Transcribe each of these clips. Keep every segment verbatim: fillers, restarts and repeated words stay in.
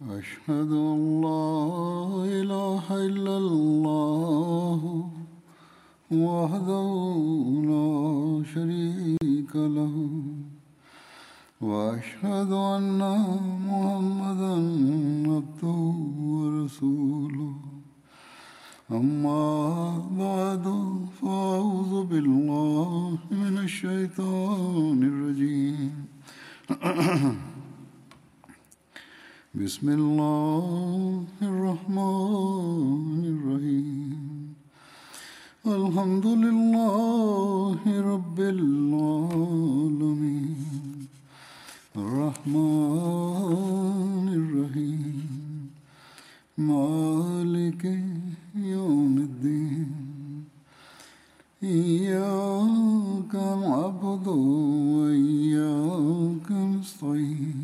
أشهد أن لا إله إلا الله وحده لا شريك له وأشهد أن محمدا عبده ورسوله أما بعد فأعوذ بالله من الشيطان الرجيم بسم الله الرحمن الرحيم الحمد لله رب العالمين الرحمن الرحيم مالك يوم الدين إياك نعبد وإياك نستعين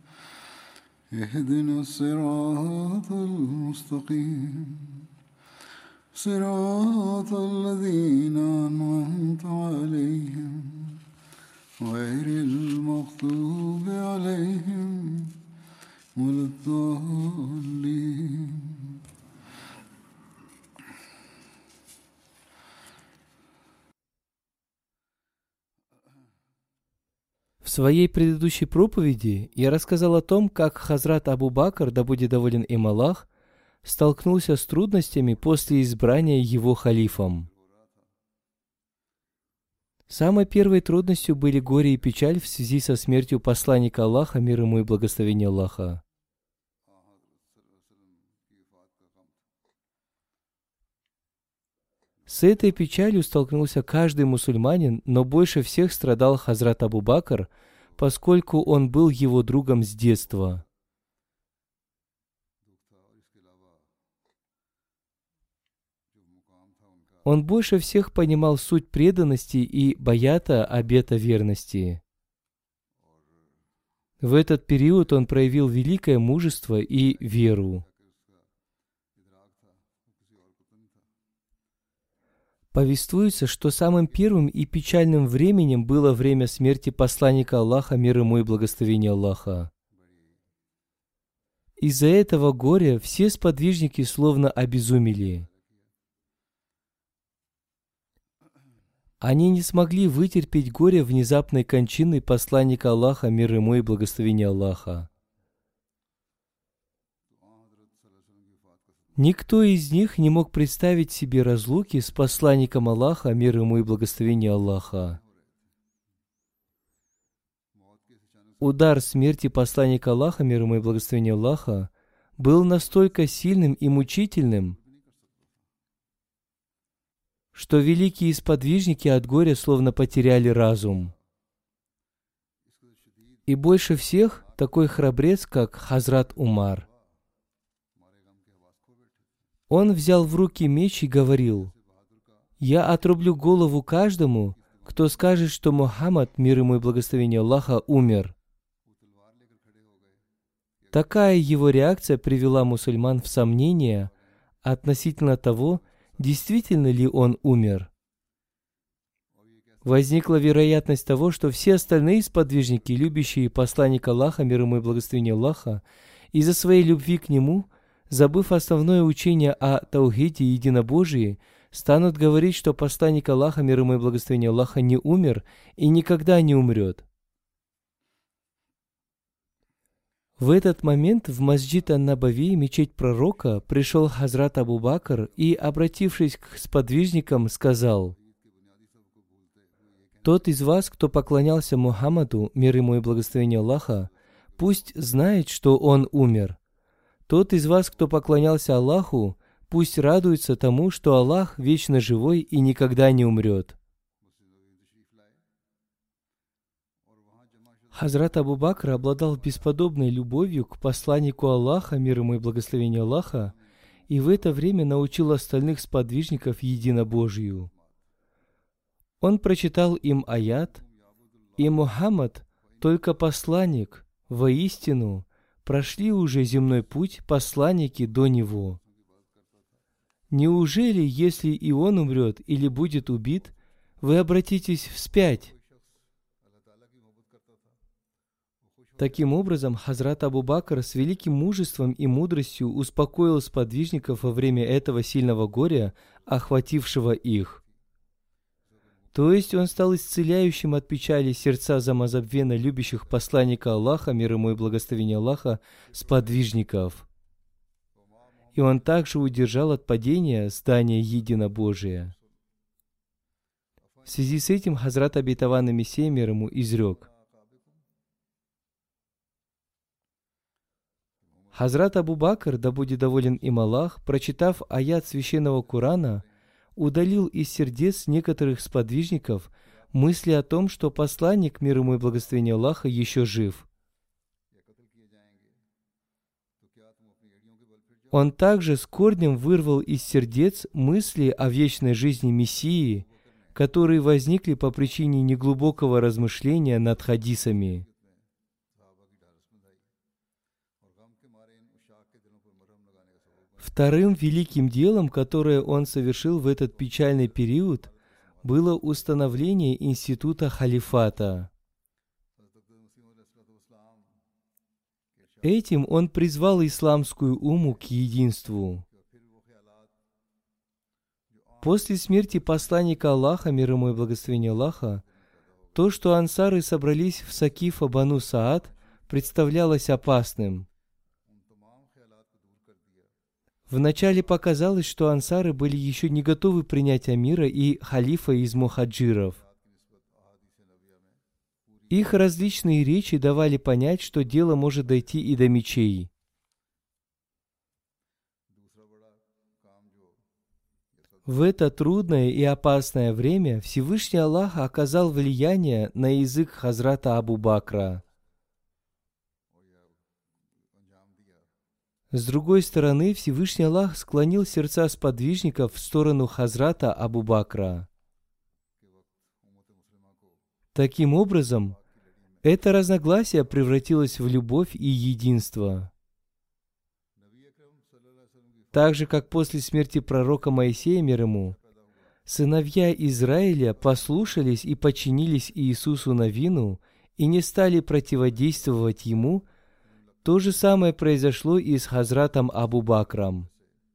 اهدنا الصراط المستقيم صراط الذين أنعمت عليهم غير المغضوب عليهم ولا الضالين. В своей предыдущей проповеди я рассказал о том, как Хазрат Абу Бакр, да будет доволен им Аллах, столкнулся с трудностями после избрания его халифом. Самой первой трудностью были горе и печаль в связи со смертью посланника Аллаха, мир ему и благословение Аллаха. С этой печалью столкнулся каждый мусульманин, но больше всех страдал Хазрат Абу Бакр, поскольку он был его другом с детства. Он больше всех понимал суть преданности и баята обета верности. В этот период он проявил великое мужество и веру. Повествуется, что самым первым и печальным временем было время смерти посланника Аллаха, мир ему и благословение Аллаха. Из-за этого горя все сподвижники словно обезумели. Они не смогли вытерпеть горе внезапной кончины посланника Аллаха, мир ему и благословение Аллаха. Никто из них не мог представить себе разлуки с посланником Аллаха, мир ему и благословение Аллаха. Удар смерти посланника Аллаха, мир ему и благословение Аллаха, был настолько сильным и мучительным, что великие сподвижники от горя словно потеряли разум. И больше всех такой храбрец, как Хазрат Умар. Он взял в руки меч и говорил: «Я отрублю голову каждому, кто скажет, что Мухаммад, мир ему и благословение Аллаха, умер». Такая его реакция привела мусульман в сомнение относительно того, действительно ли он умер. Возникла вероятность того, что все остальные сподвижники, любящие посланника Аллаха, мир ему и благословение Аллаха, из-за своей любви к нему, забыв основное учение о таухиде и единобожии, станут говорить, что посланник Аллаха, мир ему и благословение Аллаха, не умер и никогда не умрет. В этот момент в масджид ан-Набави, мечеть пророка, пришел Хазрат Абу Бакр и, обратившись к сподвижникам, сказал: «Тот из вас, кто поклонялся Мухаммаду, мир ему и благословение Аллаха, пусть знает, что он умер. Тот из вас, кто поклонялся Аллаху, пусть радуется тому, что Аллах вечно живой и никогда не умрет». Хазрат Абу Бакр обладал бесподобной любовью к посланнику Аллаха, мир ему и благословение Аллаха, и в это время научил остальных сподвижников единобожию. Он прочитал им аят: «И Мухаммад только посланник, воистину, прошли уже земной путь посланники до него. Неужели, если и он умрет или будет убит, вы обратитесь вспять? Таким образом, Хазрат Абу Бакр с великим мужеством и мудростью успокоил сподвижников во время этого сильного горя, охватившего их. То есть он стал исцеляющим от печали сердца самозабвенно любящих посланника Аллаха, мир ему и благословение Аллаха, сподвижников. И он также удержал от падения здание единобожия. В связи с этим Хазрат обетованный Мессия, мир ему, изрек: Хазрат Абу Бакр, да будет доволен им Аллах, прочитав аят священного Корана, удалил из сердец некоторых сподвижников мысли о том, что посланник, мир ему и благословение Аллаха, еще жив. Он также с корнем вырвал из сердец мысли о вечной жизни Мессии, которые возникли по причине неглубокого размышления над хадисами. Вторым великим делом, которое он совершил в этот печальный период, было установление института халифата. Этим он призвал исламскую умму к единству. После смерти посланника Аллаха, мир ему и благословение Аллаха, то, что ансары собрались в Сакифа Бану Саад, представлялось опасным. Вначале показалось, что ансары были еще не готовы принять амира и халифа из мухаджиров. Их различные речи давали понять, что дело может дойти и до мечей. В это трудное и опасное время Всевышний Аллах оказал влияние на язык Хазрата Абу Бакра. С другой стороны, Всевышний Аллах склонил сердца сподвижников в сторону Хазрата Абу Бакра. Таким образом, это разногласие превратилось в любовь и единство. Так же, как после смерти пророка Моисея, мир ему, сыновья Израиля послушались и подчинились Иисусу Навину и не стали противодействовать ему, то же самое произошло и с Хазратом Абу Бакром.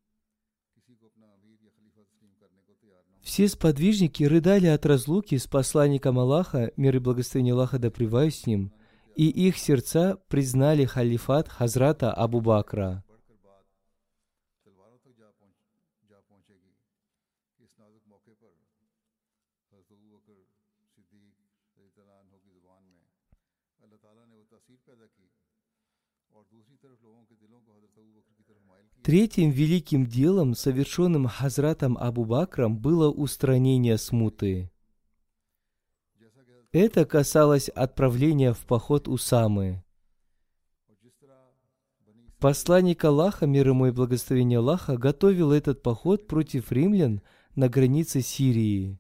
Все сподвижники рыдали от разлуки с посланником Аллаха, мир и благословение Аллаха да пребывают с ним, и их сердца признали халифат Хазрата Абу Бакра. Третьим великим делом, совершенным Хазратом Абу Бакром, было устранение смуты. Это касалось отправления в поход Усамы. Посланник Аллаха, мир ему и благословение Аллаха, готовил этот поход против римлян на границе Сирии.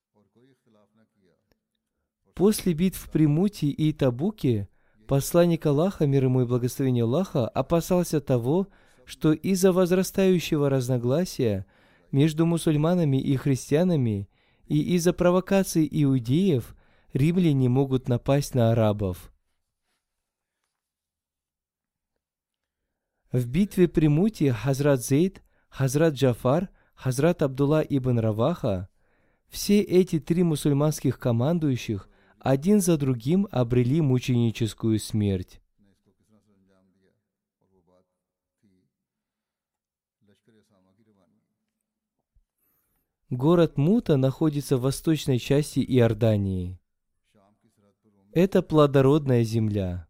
После битв при Муте и Табуке посланник Аллаха, мир ему и благословение Аллаха, опасался того, что из-за возрастающего разногласия между мусульманами и христианами и из-за провокаций иудеев римляне могут напасть на арабов. В битве при Муте Хазрат Зейд, Хазрат Джафар, Хазрат Абдулла ибн Раваха, все эти три мусульманских командующих один за другим обрели мученическую смерть. Город Мута находится в восточной части Иордании. Это плодородная земля.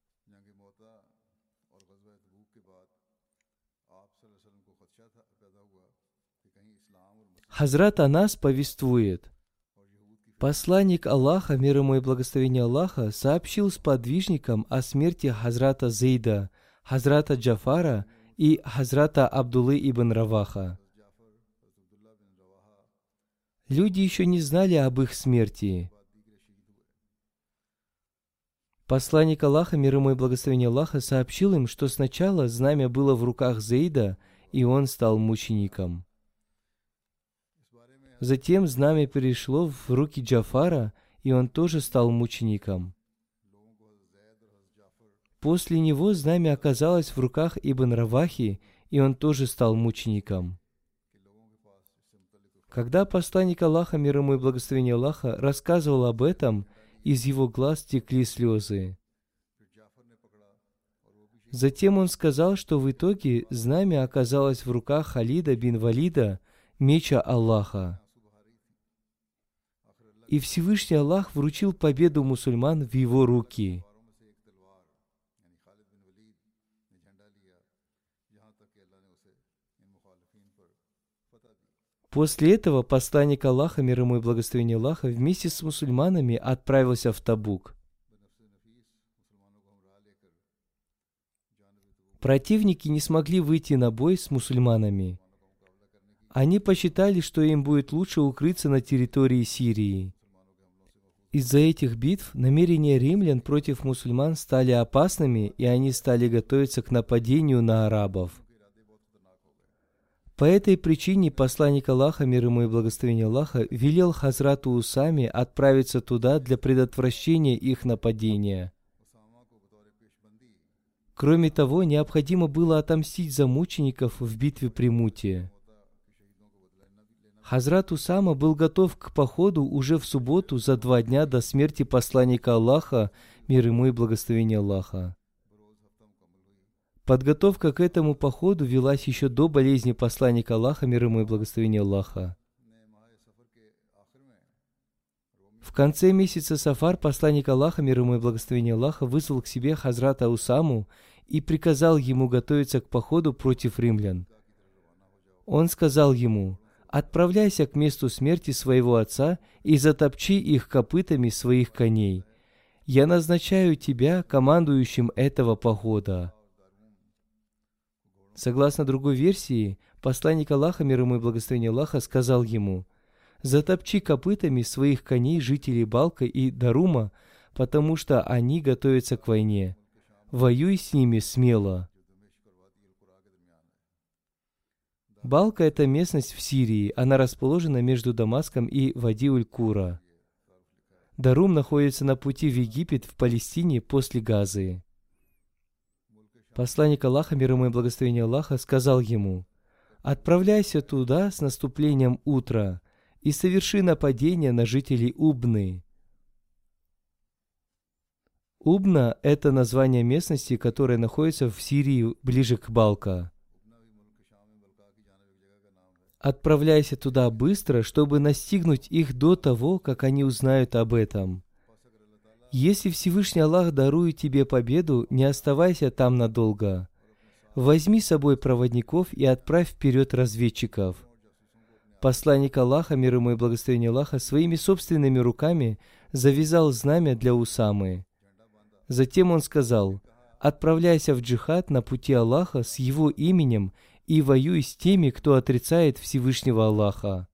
Хазрат Анас повествует: посланник Аллаха, мир ему и благословение Аллаха, сообщил сподвижникам о смерти Хазрата Зейда, Хазрата Джафара и Хазрата Абдуллы ибн Раваха. Люди еще не знали об их смерти. Посланник Аллаха, мир ему и благословение Аллаха, сообщил им, что сначала знамя было в руках Зейда, и он стал мучеником. Затем знамя перешло в руки Джафара, и он тоже стал мучеником. После него знамя оказалось в руках Ибн Равахи, и он тоже стал мучеником. Когда посланник Аллаха, мир ему и благословение Аллаха, рассказывал об этом, из его глаз текли слезы. Затем он сказал, что в итоге знамя оказалось в руках Халида бин Валида, меча Аллаха. И Всевышний Аллах вручил победу мусульман в его руки. После этого посланник Аллаха, мир ему и благословение Аллаха, вместе с мусульманами отправился в Табук. Противники не смогли выйти на бой с мусульманами. Они посчитали, что им будет лучше укрыться на территории Сирии. Из-за этих битв намерения римлян против мусульман стали опасными, и они стали готовиться к нападению на арабов. По этой причине посланник Аллаха, мир ему и благословение Аллаха, велел Хазрату Усаме отправиться туда для предотвращения их нападения. Кроме того, необходимо было отомстить за мучеников в битве при Муте. Хазрат Усама был готов к походу уже в субботу за два дня до смерти посланника Аллаха, мир ему и благословение Аллаха. Подготовка к этому походу велась еще до болезни посланника Аллаха, мир ему и благословение Аллаха. В конце месяца Сафар посланник Аллаха, мир ему и благословение Аллаха, вызвал к себе Хазрата Усаму и приказал ему готовиться к походу против римлян. Он сказал ему: «Отправляйся к месту смерти своего отца и затопчи их копытами своих коней. Я назначаю тебя командующим этого похода». Согласно другой версии, посланник Аллаха, мир ему и благословение Аллаха, сказал ему: «Затопчи копытами своих коней жителей Балка и Дарума, потому что они готовятся к войне. Воюй с ними смело». Балка – это местность в Сирии. Она расположена между Дамаском и Вади-уль-Кура. Дарум находится на пути в Египет, в Палестине, после Газы. Посланник Аллаха, мир ему и благословение Аллаха, сказал ему: «Отправляйся туда с наступлением утра и соверши нападение на жителей Убны». Убна – это название местности, которая находится в Сирии, ближе к Балка. Отправляйся туда быстро, чтобы настигнуть их до того, как они узнают об этом. Если Всевышний Аллах дарует тебе победу, не оставайся там надолго. Возьми с собой проводников и отправь вперед разведчиков. Посланник Аллаха, мир ему и благословение Аллаха, своими собственными руками завязал знамя для Усамы. Затем он сказал: «Отправляйся в джихад на пути Аллаха с его именем и воюй с теми, кто отрицает Всевышнего Аллаха».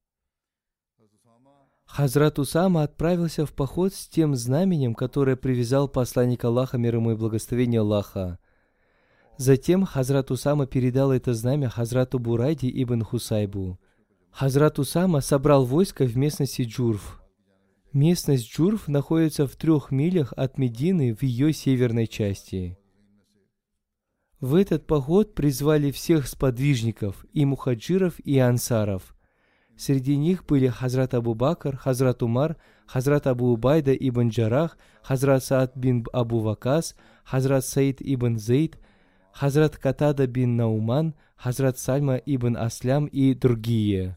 Хазрат Усама отправился в поход с тем знаменем, которое привязал посланник Аллаха, мир ему и благословение Аллаха. Затем Хазрат Усама передал это знамя Хазрату Бурайде ибн Хусайбу. Хазрат Усама собрал войско в местности Джурф. Местность Джурф находится в трех милях от Медины в ее северной части. В этот поход призвали всех сподвижников, и мухаджиров, и ансаров. Среди них были Хазрат Абу Бакр, Хазрат Умар, Хазрат Абу Убайда ибн Джарах, Хазрат Саад бин Абу Вакас, Хазрат Саид ибн Зейд, Хазрат Катада бин Науман, Хазрат Сальма ибн Аслям и другие.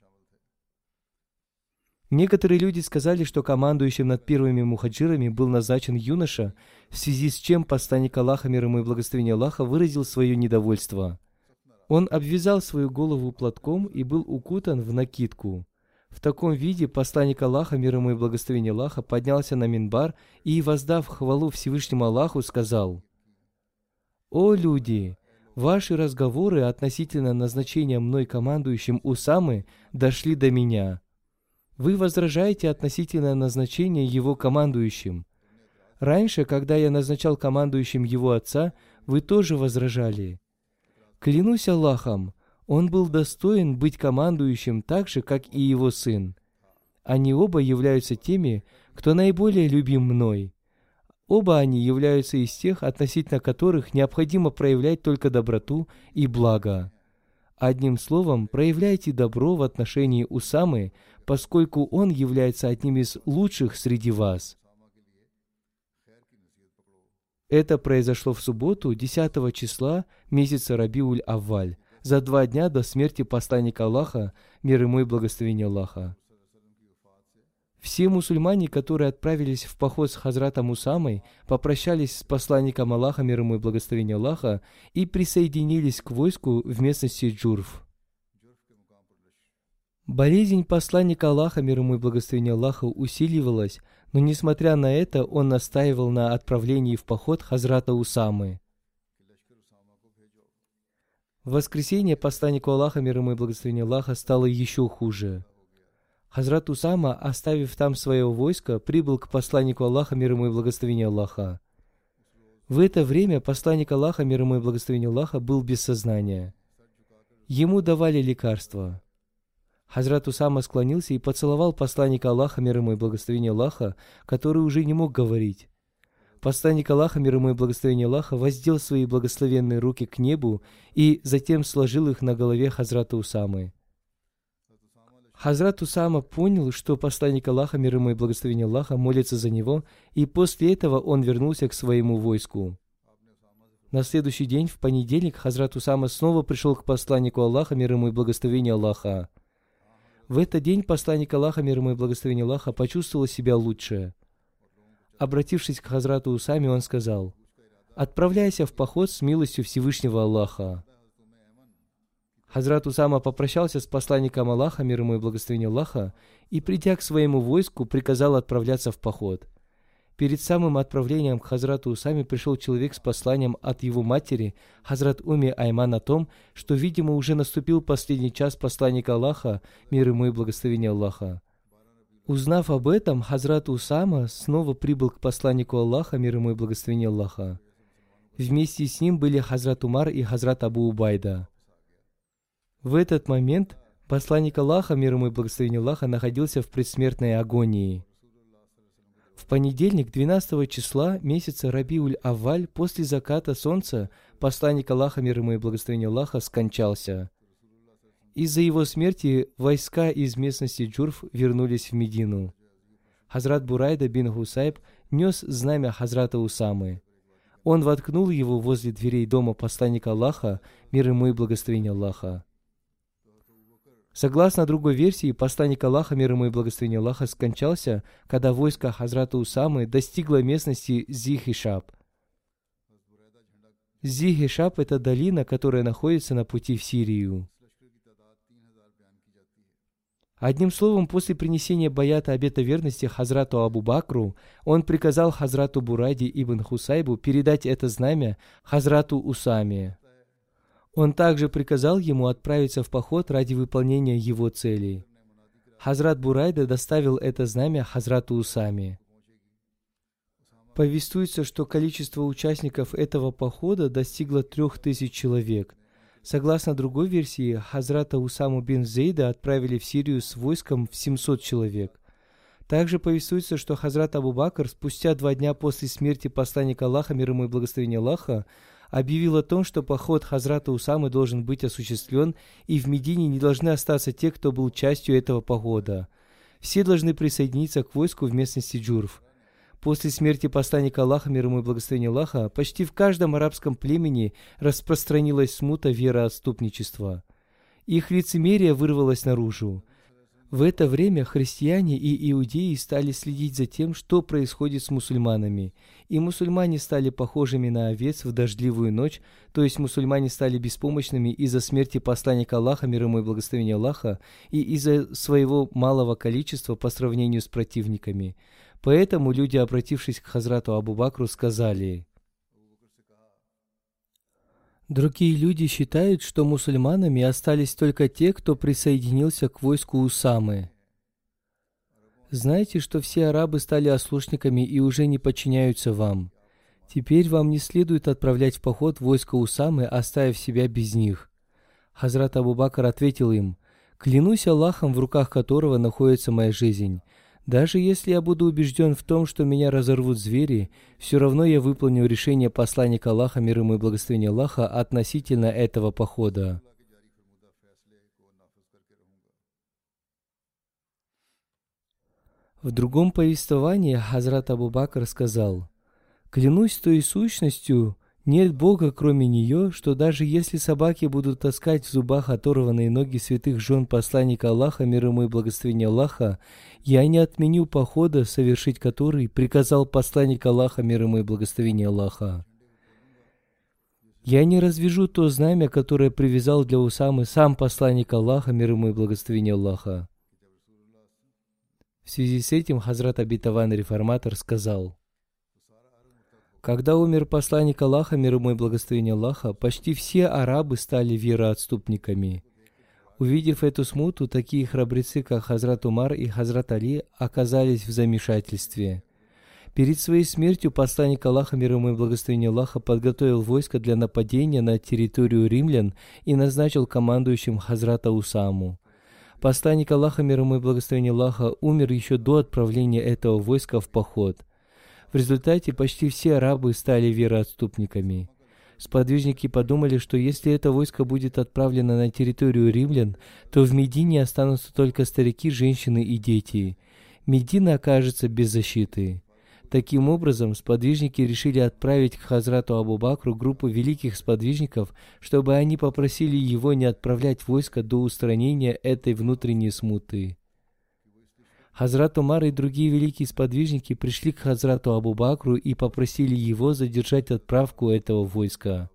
Некоторые люди сказали, что командующим над первыми мухаджирами был назначен юноша, в связи с чем посланник Аллаха, мир ему и благословение Аллаха, выразил свое недовольство. Он обвязал свою голову платком и был укутан в накидку. В таком виде посланник Аллаха, мир ему и благословение Аллаха, поднялся на минбар и, воздав хвалу Всевышнему Аллаху, сказал: «О люди! Ваши разговоры относительно назначения мной командующим Усамы дошли до меня. Вы возражаете относительно назначения его командующим. Раньше, когда я назначал командующим его отца, вы тоже возражали. Клянусь Аллахом, он был достоин быть командующим так же, как и его сын. Они оба являются теми, кто наиболее любим мной. Оба они являются из тех, относительно которых необходимо проявлять только доброту и благо. Одним словом, проявляйте добро в отношении Усамы, поскольку он является одним из лучших среди вас. Это произошло в субботу, десятого числа месяца Рабиуль-Авваль, за два дня до смерти посланника Аллаха, мир ему и благословение Аллаха. Все мусульмане, которые отправились в поход с Хазратом Усамой, попрощались с посланником Аллаха, мир ему и благословение Аллаха, и присоединились к войску в местности Джурф. Болезнь посланника Аллаха, мир ему и благословение Аллаха, усиливалась, но несмотря на это, он настаивал на отправлении в поход Хазрата Усамы. В воскресенье посланнику Аллаха, мир ему и благословение Аллаха, стало еще хуже. Хазрат Усама, оставив там свое войско, прибыл к посланнику Аллаха, мир ему и благословение Аллаха. В это время посланник Аллаха, мир ему и благословение Аллаха, был без сознания. Ему давали лекарства. Хазрат Усама склонился и поцеловал посланника Аллаха, мир ему и благословение Аллаха, который уже не мог говорить. Посланник Аллаха, мир ему и благословение Аллаха, воздел свои благословенные руки к небу и затем сложил их на голове Хазрата Усамы. Хазрат Усама понял, что посланник Аллаха, мир ему и благословение Аллаха, молится за него, и после этого он вернулся к своему войску. На следующий день, в понедельник, Хазрат Усама снова пришел к посланнику Аллаха, мир ему и благословение Аллаха. В этот день посланник Аллаха, мир ему и благословение Аллаха, почувствовал себя лучше. Обратившись к Хазрату Усаме, он сказал: «Отправляйся в поход с милостью Всевышнего Аллаха». Хазрат Усама попрощался с посланником Аллаха, мир ему и благословение Аллаха, и, придя к своему войску, приказал отправляться в поход. Перед самым отправлением к Хазрату Усаме пришел человек с посланием от его матери, Хазрат Уми Айман, о том, что, видимо, уже наступил последний час посланника Аллаха, мир ему и благословение Аллаха. Узнав об этом, Хазрат Усама снова прибыл к посланнику Аллаха, мир ему и благословение Аллаха. Вместе с ним были Хазрат Умар и Хазрат Абу Убайда. В этот момент посланник Аллаха, мир ему и благословение Аллаха, находился в предсмертной агонии. В понедельник, двенадцатого числа месяца Рабиуль-Авваль, после заката солнца, посланник Аллаха, мир ему и благословение Аллаха, скончался. Из-за его смерти войска из местности Джурф вернулись в Медину. Хазрат Бурайда бин Хусайб нес знамя Хазрата Усамы. Он воткнул его возле дверей дома посланника Аллаха, мир ему и благословение Аллаха. Согласно другой версии, посланник Аллаха, мир ему и благословение Аллаха, скончался, когда войско Хазрата Усамы достигло местности Зи-Хишаб. Зи-Хишаб – это долина, которая находится на пути в Сирию. Одним словом, после принесения баята обета верности Хазрату Абу Бакру, он приказал Хазрату Бурайде ибн Хусайбу передать это знамя Хазрату Усаме. Он также приказал ему отправиться в поход ради выполнения его целей. Хазрат Бурайда доставил это знамя Хазрату Усаме. Повествуется, что количество участников этого похода достигло трех тысяч человек. Согласно другой версии, Хазрата Усаму бин Зейда отправили в Сирию с войском в семьсот человек. Также повествуется, что Хазрат Абу Бакр спустя два дня после смерти посланника Аллаха, мир ему и благословение Аллаха, объявил о том, что поход Хазрата Усамы должен быть осуществлен, и в Медине не должны остаться те, кто был частью этого похода. Все должны присоединиться к войску в местности Джурф. После смерти посланника Аллаха, мир ему и благословение Аллаха, почти в каждом арабском племени распространилась смута вероотступничества. Их лицемерие вырвалось наружу. В это время христиане и иудеи стали следить за тем, что происходит с мусульманами, и мусульмане стали похожими на овец в дождливую ночь, то есть мусульмане стали беспомощными из-за смерти посланника Аллаха, мир ему и благословение Аллаха, и из-за своего малого количества по сравнению с противниками. Поэтому люди, обратившись к Хазрату Абу Бакру, сказали: «Другие люди считают, что мусульманами остались только те, кто присоединился к войску Усамы. Знаете, что все арабы стали ослушниками и уже не подчиняются вам. Теперь вам не следует отправлять в поход войско Усамы, оставив себя без них». Хазрат Абу Бакр ответил им: «Клянусь Аллахом, в руках которого находится моя жизнь. Даже если я буду убежден в том, что меня разорвут звери, все равно я выполню решение посланника Аллаха, мир ему и благословение Аллаха, относительно этого похода. В другом повествовании Хазрат Абу Бакр сказал: «Клянусь той сущностью, нет Бога, кроме нее, что даже если собаки будут таскать в зубах оторванные ноги святых жен посланника Аллаха, мир ему и благословение Аллаха, я не отменю похода, совершить который приказал посланник Аллаха, мир ему и благословение Аллаха. Я не развяжу то знамя, которое привязал для Усамы сам посланник Аллаха, мир ему и благословение Аллаха». В связи с этим Хазрат Абитаван Реформатор сказал: когда умер посланник Аллаха, мир ему и благословение Аллаха, почти все арабы стали вероотступниками. Увидев эту смуту, такие храбрецы, как Хазрат Умар и Хазрат Али, оказались в замешательстве. Перед своей смертью посланник Аллаха, мир ему и благословение Аллаха, подготовил войско для нападения на территорию римлян и назначил командующим Хазрата Усаму. Посланник Аллаха, мир ему и благословение Аллаха, умер еще до отправления этого войска в поход. В результате почти все арабы стали вероотступниками. Сподвижники подумали, что если это войско будет отправлено на территорию римлян, то в Медине останутся только старики, женщины и дети. Медина окажется без защиты. Таким образом, сподвижники решили отправить к Хазрату Абу Бакру группу великих сподвижников, чтобы они попросили его не отправлять войско до устранения этой внутренней смуты. Хазрат Умар и другие великие сподвижники пришли к Хазрату Абу Бакру и попросили его задержать отправку этого войска.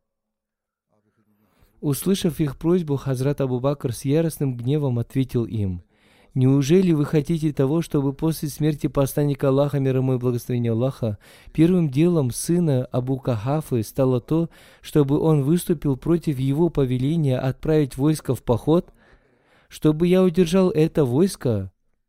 Услышав их просьбу, Хазрат Абу Бакр с яростным гневом ответил им: «Неужели вы хотите того, чтобы после смерти посланника Аллаха, мир ему и благословение Аллаха, первым делом сына Абу Кахафы стало то, чтобы он выступил против его повеления отправить войско в поход? Чтобы я удержал это войско?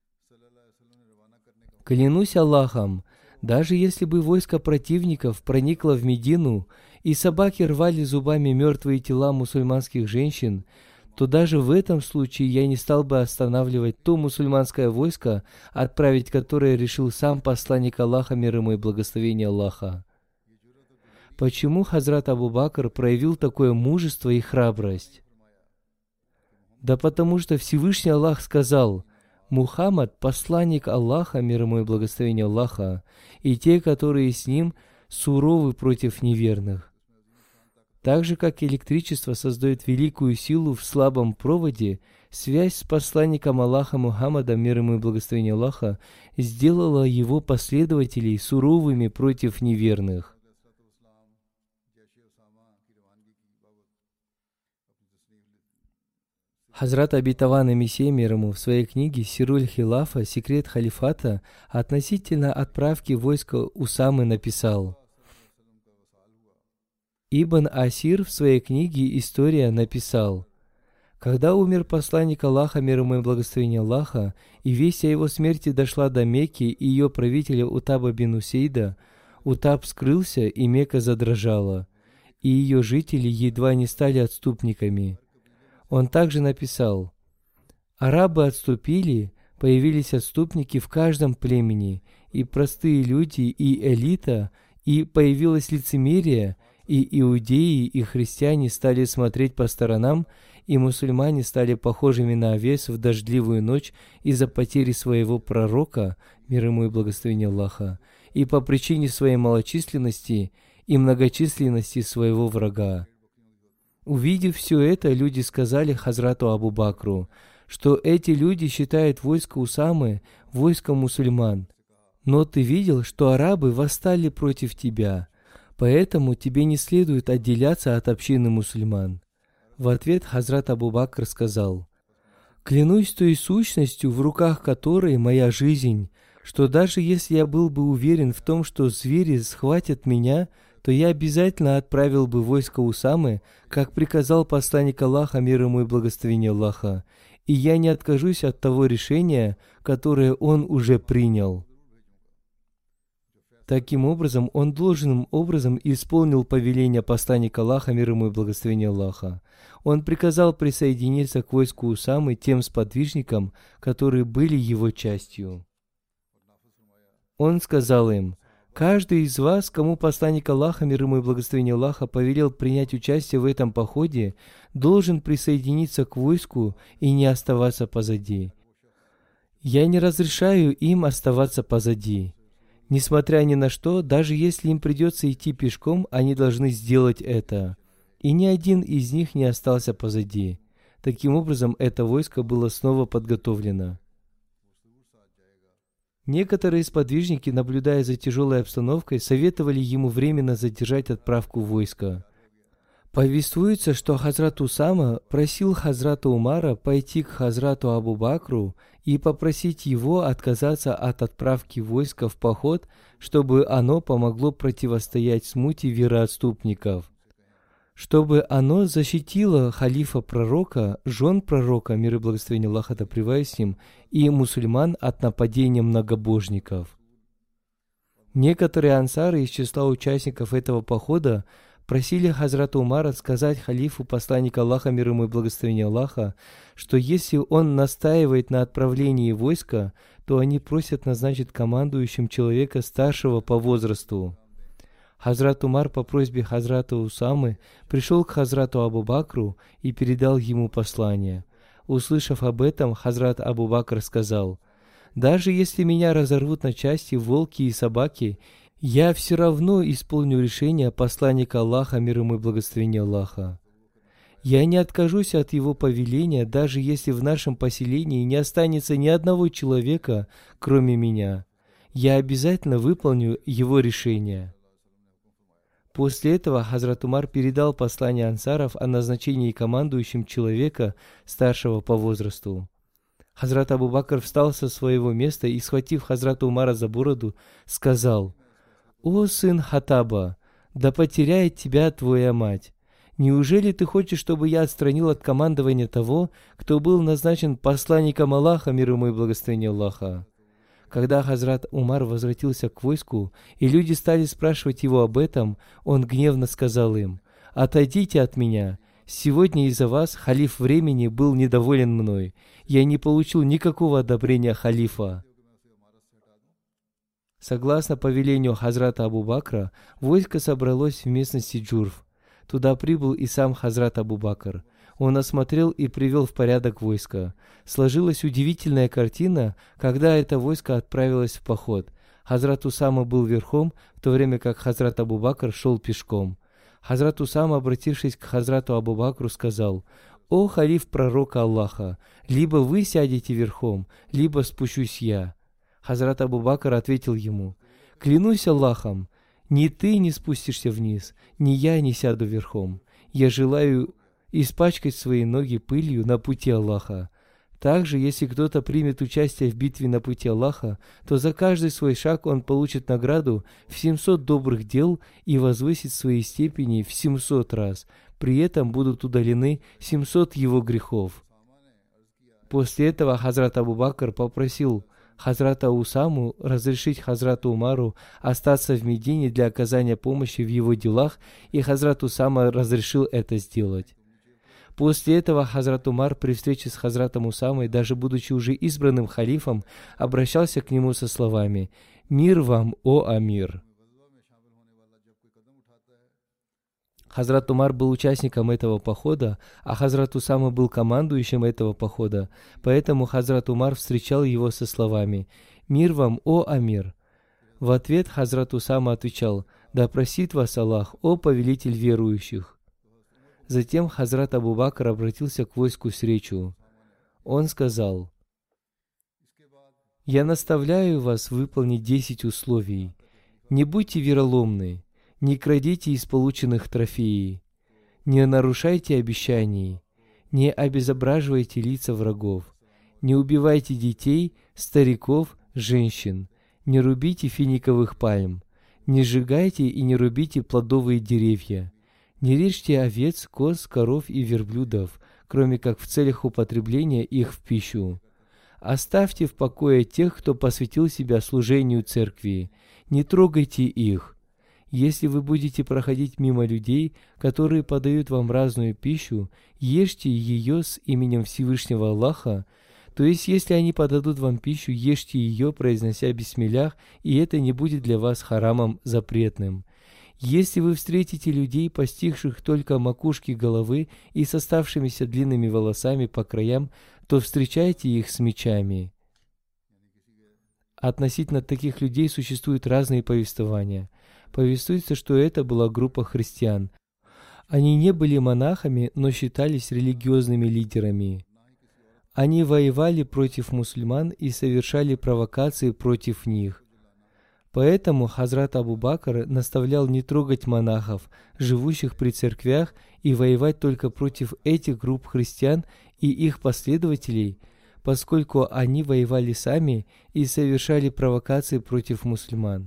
Клянусь Аллахом, даже если бы войско противников проникло в Медину, и собаки рвали зубами мертвые тела мусульманских женщин, то даже в этом случае я не стал бы останавливать то мусульманское войско, отправить которое решил сам посланник Аллаха, мир ему и благословение Аллаха». Почему Хазрат Абу Бакр проявил такое мужество и храбрость? Да потому что Всевышний Аллах сказал: «Мухаммад – посланник Аллаха, мир ему и благословение Аллаха, и те, которые с ним, суровы против неверных». Так же, как электричество создает великую силу в слабом проводе, связь с посланником Аллаха Мухаммадом, мир ему и благословение Аллаха, сделала его последователей суровыми против неверных. Хазрат Абитаван Мессия, мир ему, в своей книге «Сируль Хилафа. Секрет халифата» относительно отправки войска Усамы написал: Ибн Асир в своей книге «История» написал: «Когда умер посланник Аллаха, мир ему и благословение Аллаха, и весть о его смерти дошла до Мекки и ее правителя Утаба бин Усейда, Утаб скрылся, и Мекка задрожала, и ее жители едва не стали отступниками». Он также написал: «Арабы отступили, появились отступники в каждом племени, и простые люди, и элита, и появилось лицемерие, и иудеи, и христиане стали смотреть по сторонам, и мусульмане стали похожими на овец в дождливую ночь из-за потери своего пророка, мир ему и благословение Аллаха, и по причине своей малочисленности и многочисленности своего врага». Увидев все это, люди сказали Хазрату Абу Бакру, что эти люди считают войско Усамы войском мусульман. Но ты видел, что арабы восстали против тебя, поэтому тебе не следует отделяться от общины мусульман. В ответ Хазрат Абу Бакр сказал: «Клянусь той сущностью, в руках которой моя жизнь, что даже если я был бы уверен в том, что звери схватят меня, то я обязательно отправил бы войско Усамы, как приказал посланник Аллаха, мир ему и благословение Аллаха, и я не откажусь от того решения, которое он уже принял». Таким образом, он должным образом исполнил повеление посланника Аллаха, мир ему и благословение Аллаха. Он приказал присоединиться к войску Усамы тем сподвижникам, которые были его частью. Он сказал им: «Каждый из вас, кому посланник Аллаха, мир ему и благословение Аллаха, повелел принять участие в этом походе, должен присоединиться к войску и не оставаться позади. Я не разрешаю им оставаться позади. Несмотря ни на что, даже если им придется идти пешком, они должны сделать это». И ни один из них не остался позади. Таким образом, это войско было снова подготовлено. Некоторые сподвижники, наблюдая за тяжелой обстановкой, советовали ему временно задержать отправку войска. Повествуется, что Хазрат Усама просил Хазрата Умара пойти к Хазрату Абу Бакру и попросить его отказаться от отправки войска в поход, чтобы оно помогло противостоять смуте вероотступников. Чтобы оно защитило халифа пророка, жен пророка, мир и благословение Аллаха да пребывает с ним, и мусульман от нападения многобожников. Некоторые ансары из числа участников этого похода просили Хазрата Умара сказать халифу посланника Аллаха, мир ему и благословение Аллаха, что если он настаивает на отправлении войска, то они просят назначить командующим человека старшего по возрасту. Хазрат Умар по просьбе Хазрата Усамы пришел к Хазрату Абу Бакру и передал ему послание. Услышав об этом, Хазрат Абу Бакр сказал: «Даже если меня разорвут на части волки и собаки, я все равно исполню решение посланника Аллаха, мир ему и благословение Аллаха. Я не откажусь от его повеления, даже если в нашем поселении не останется ни одного человека, кроме меня. Я обязательно выполню его решение». После этого Хазрат Умар передал послание ансаров о назначении командующим человека, старшего по возрасту. Хазрат Абу Бакр встал со своего места и, схватив Хазрата Умара за бороду, сказал: «О сын Хаттаба, да потеряет тебя твоя мать! Неужели ты хочешь, чтобы я отстранил от командования того, кто был назначен посланником Аллаха, мир ему и благословение Аллаха?» Когда Хазрат Умар возвратился к войску, и люди стали спрашивать его об этом, он гневно сказал им: «Отойдите от меня! Сегодня из-за вас халиф времени был недоволен мной. Я не получил никакого одобрения халифа». Согласно повелению Хазрата Абу Бакра, войско собралось в местности Джурф. Туда прибыл и сам Хазрат Абу Бакр. Он осмотрел и привел в порядок войско. Сложилась удивительная картина, когда это войско отправилось в поход. Хазрат Усама был верхом, в то время как Хазрат Абу Бакр шел пешком. Хазрат Усама, обратившись к Хазрату Абу Бакру, сказал: «О халиф пророка Аллаха, либо вы сядете верхом, либо спущусь я». Хазрат Абу Бакр ответил ему: «Клянусь Аллахом, ни ты не спустишься вниз, ни я не сяду верхом. Я желаю испачкать свои ноги пылью на пути Аллаха. Также, если кто-то примет участие в битве на пути Аллаха, то за каждый свой шаг он получит награду в семьсот добрых дел и возвысит свои степени в семьсот раз. При этом будут удалены семьсот его грехов». После этого Хазрат Абу Бакр попросил Хазрата Усаму разрешить Хазрату Умару остаться в Медине для оказания помощи в его делах, и Хазрат Усама разрешил это сделать. После этого Хазрат Умар при встрече с Хазратом Усамой, даже будучи уже избранным халифом, обращался к нему со словами: «Мир вам, о Амир!» Хазрат Умар был участником этого похода, а Хазрат Усама был командующим этого похода, поэтому Хазрат Умар встречал его со словами: «Мир вам, о Амир!» В ответ Хазрат Усама отвечал: «Да простит вас Аллах, о повелитель верующих!» Затем Хазрат Абу Бакр обратился к войску с речью. Он сказал: «Я наставляю вас выполнить десять условий. Не будьте вероломны, не крадите из полученных трофеев, не нарушайте обещаний, не обезображивайте лица врагов, не убивайте детей, стариков, женщин, не рубите финиковых пальм, не сжигайте и не рубите плодовые деревья, не режьте овец, коз, коров и верблюдов, кроме как в целях употребления их в пищу. Оставьте в покое тех, кто посвятил себя служению церкви, не трогайте их. Если вы будете проходить мимо людей, которые подают вам разную пищу, ешьте ее с именем Всевышнего Аллаха, То есть, если они подадут вам пищу, ешьте ее, произнося бисмиллях, и это не будет для вас харамом запретным. Если вы встретите людей, постигших только макушки головы и с оставшимися длинными волосами по краям, то встречайте их с мечами. Относительно таких людей существуют разные повествования. Повествуется, что это была группа христиан. Они не были монахами, но считались религиозными лидерами. Они воевали против мусульман и совершали провокации против них. Поэтому Хазрат Абу Бакр наставлял не трогать монахов, живущих при церквях, и воевать только против этих групп христиан и их последователей, поскольку они воевали сами и совершали провокации против мусульман.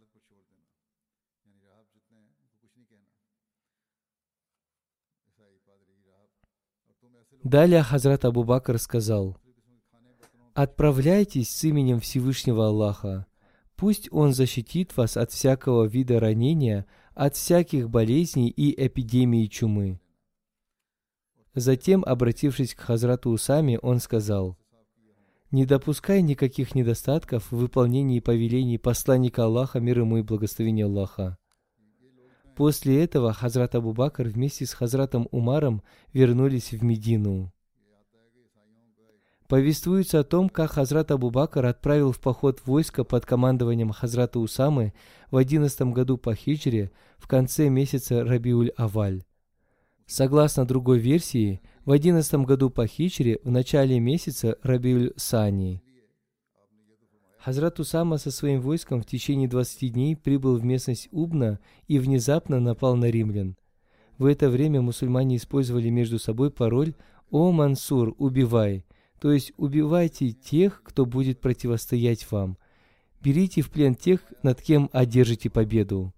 Далее Хазрат Абу Бакр сказал: «Отправляйтесь с именем Всевышнего Аллаха. Пусть Он защитит вас от всякого вида ранения, от всяких болезней и эпидемии чумы». Затем, обратившись к Хазрату Усаме, он сказал: «Не допускай никаких недостатков в выполнении повелений посланника Аллаха, мир ему и благословение Аллаха». После этого Хазрат Абу Бакр вместе с Хазратом Умаром вернулись в Медину. Повествуется о том, как Хазрат Абу Бакр отправил в поход войско под командованием Хазрата Усамы в одиннадцатом году по хиджре в конце месяца Рабиуль-Аваль. Согласно другой версии, в одиннадцатом году по хиджре в начале месяца Рабиуль-Сани. Хазрат Усама со своим войском в течение двадцати дней прибыл в местность Убна и внезапно напал на римлян. В это время мусульмане использовали между собой пароль «О Мансур, убивай», то есть убивайте тех, кто будет противостоять вам. Берите в плен тех, над кем одержите победу.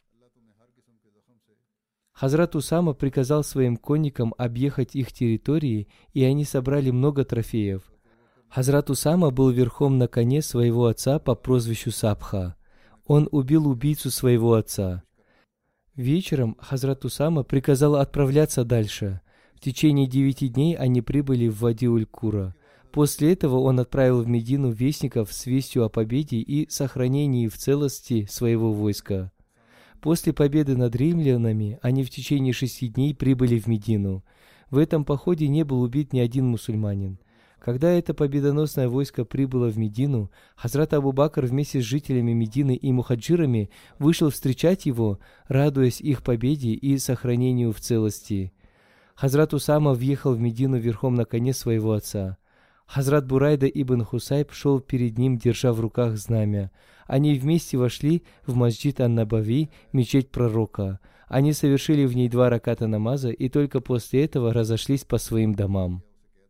Хазрат Усама приказал своим конникам объехать их территории, и они собрали много трофеев. Хазрат Усама был верхом на коне своего отца по прозвищу Сабха. Он убил убийцу своего отца. Вечером Хазрат Усама приказал отправляться дальше. В течение девяти дней они прибыли в Вади-уль-Кура. После этого он отправил в Медину вестников с вестью о победе и сохранении в целости своего войска. После победы над римлянами они в течение шести дней прибыли в Медину. В этом походе не был убит ни один мусульманин. Когда это победоносное войско прибыло в Медину, Хазрат Абу Бакр вместе с жителями Медины и мухаджирами вышел встречать его, радуясь их победе и сохранению в целости. Хазрат Усама въехал в Медину верхом на коне своего отца. Хазрат Бурайда ибн Хусайб шел перед ним, держа в руках знамя. Они вместе вошли в масджид ан-Набави, мечеть пророка. Они совершили в ней два раката намаза и только после этого разошлись по своим домам.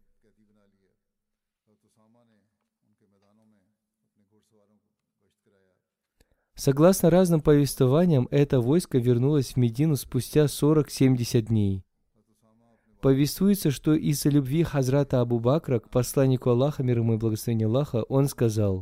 Согласно разным повествованиям, это войско вернулось в Медину спустя сорок-семьдесят дней. Повествуется, что из-за любви Хазрата Абу Бакра к посланнику Аллаха, мир ему и благословение Аллаха, он сказал: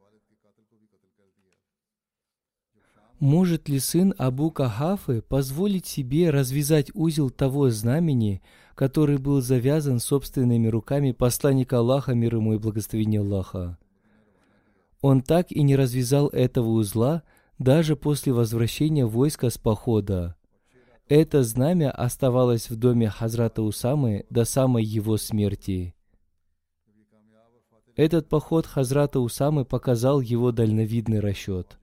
«Может ли сын Абу Кахафы позволить себе развязать узел того знамени, который был завязан собственными руками посланника Аллаха, мир ему и благословение Аллаха?» Он так и не развязал этого узла даже после возвращения войска с похода. Это знамя оставалось в доме Хазрата Усамы до самой его смерти. Этот поход Хазрата Усамы показал его дальновидный расчет.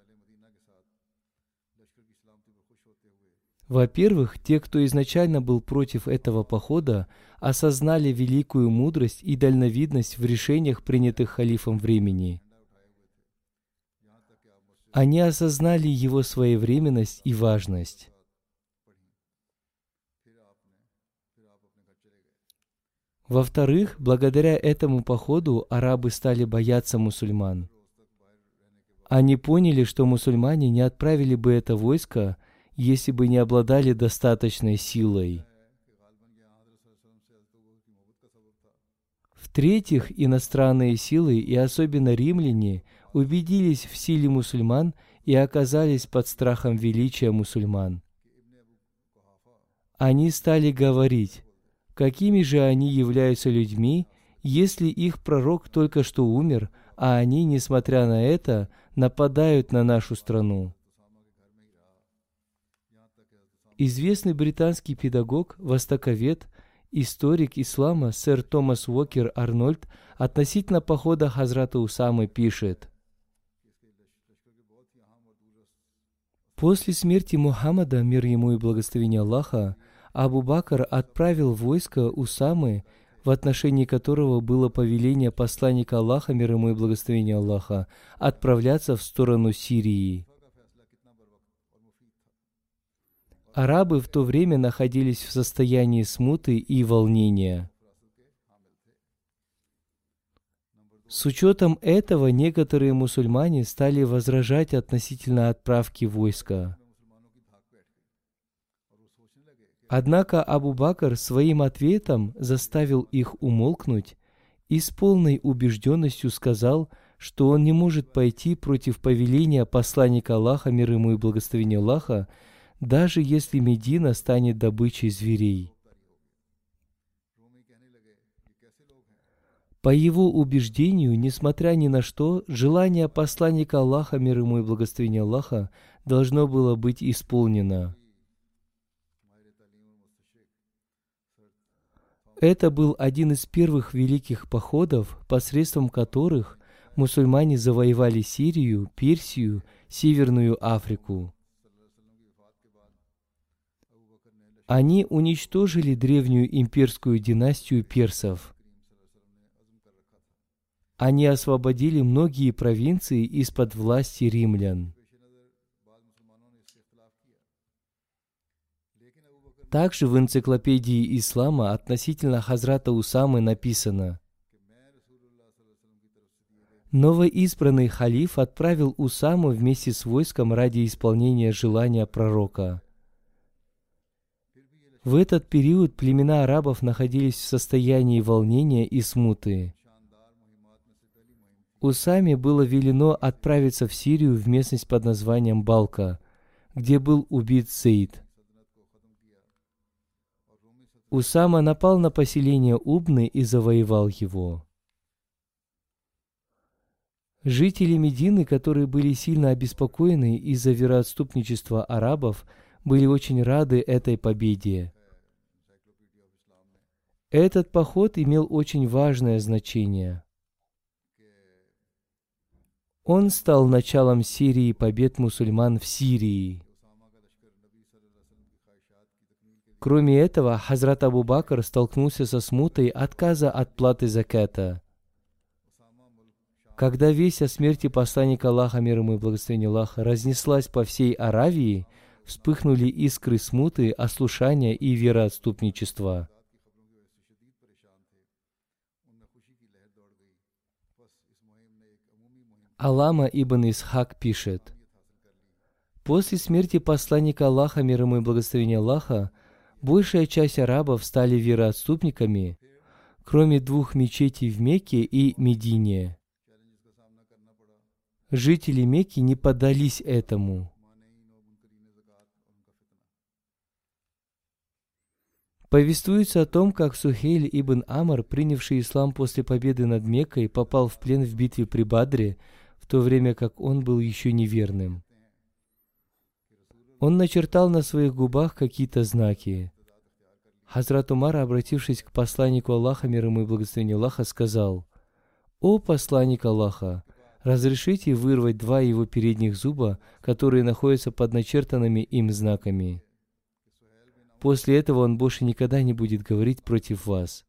Во-первых, те, кто изначально был против этого похода, осознали великую мудрость и дальновидность в решениях, принятых халифом времени. Они осознали его своевременность и важность. Во-вторых, благодаря этому походу арабы стали бояться мусульман. Они поняли, что мусульмане не отправили бы это войско, если бы не обладали достаточной силой. В-третьих, иностранные силы, и особенно римляне, убедились в силе мусульман и оказались под страхом величия мусульман. Они стали говорить: какими же они являются людьми, Если их пророк только что умер, а они, несмотря на это, нападают на нашу страну. Известный британский педагог, востоковед, историк ислама сэр Томас Уокер Арнольд относительно похода Хазрата Усамы пишет: «После смерти Мухаммада, мир ему и благословение Аллаха, Абу Бакр отправил войско Усамы, в отношении которого было повеление посланника Аллаха, мир ему и благословение Аллаха, отправляться в сторону Сирии. Арабы в то время находились в состоянии смуты и волнения. С учетом этого некоторые мусульмане стали возражать относительно отправки войска. Однако Абу Бакр своим ответом заставил их умолкнуть и с полной убежденностью сказал, что он не может пойти против повеления посланника Аллаха, мир ему и благословение Аллаха, даже если Медина станет добычей зверей. По его убеждению, несмотря ни на что, желание посланника Аллаха, мир ему и благословение Аллаха, должно было быть исполнено. Это был один из первых великих походов, посредством которых мусульмане завоевали Сирию, Персию, Северную Африку. Они уничтожили древнюю имперскую династию персов. Они освободили многие провинции из-под власти римлян. Также в энциклопедии ислама относительно Хазрата Усамы написано: новоизбранный халиф отправил Усаму вместе с войском ради исполнения желания пророка. В этот период племена арабов находились в состоянии волнения и смуты. Усаме было велено отправиться в Сирию в местность под названием Балка, где был убит Зейд. Усама напал на поселение Убны и завоевал его. Жители Медины, которые были сильно обеспокоены из-за вероотступничества арабов, были очень рады этой победе. Этот поход имел очень важное значение. Он стал началом серии побед мусульман в Сирии. Кроме этого, Хазрат Абу Бакр столкнулся со смутой отказа от платы заката. Когда весть о смерти посланника Аллаха, мир ему и благословение Аллаха, разнеслась по всей Аравии, вспыхнули искры смуты, ослушания и вероотступничества. Аллама ибн Исхак пишет: после смерти посланника Аллаха, мир ему и благословение Аллаха, большая часть арабов стали вероотступниками, кроме двух мечетей в Мекке и Медине. Жители Мекки не поддались этому. Повествуется о том, как Сухейль ибн Амр, принявший ислам после победы над Меккой, попал в плен в битве при Бадре, в то время как он был еще неверным. Он начертал на своих губах какие-то знаки. Хазрат Умар, обратившись к посланнику Аллаха, мир ему и благословение Аллаха, сказал: «О посланник Аллаха, разрешите вырвать два его передних зуба, которые находятся под начертанными им знаками. После этого он больше никогда не будет говорить против вас».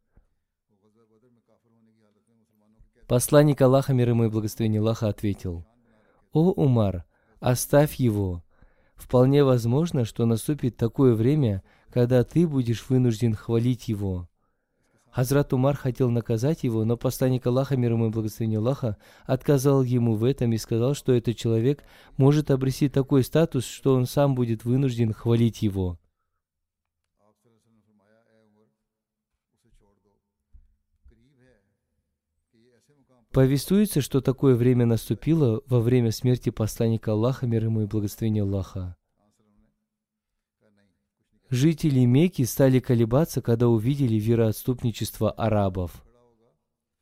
Посланник Аллаха, мир ему и благословение Аллаха, ответил: «О Умар, оставь его. Вполне возможно, что наступит такое время, когда ты будешь вынужден хвалить его». Хазрат Умар хотел наказать его, но посланник Аллаха, мир ему и благословение Аллаха, отказал ему в этом и сказал, что этот человек может обрести такой статус, что он сам будет вынужден хвалить его. Повествуется, что такое время наступило во время смерти посланника Аллаха, мир ему и благословение Аллаха. Жители Мекки стали колебаться, когда увидели вероотступничество арабов.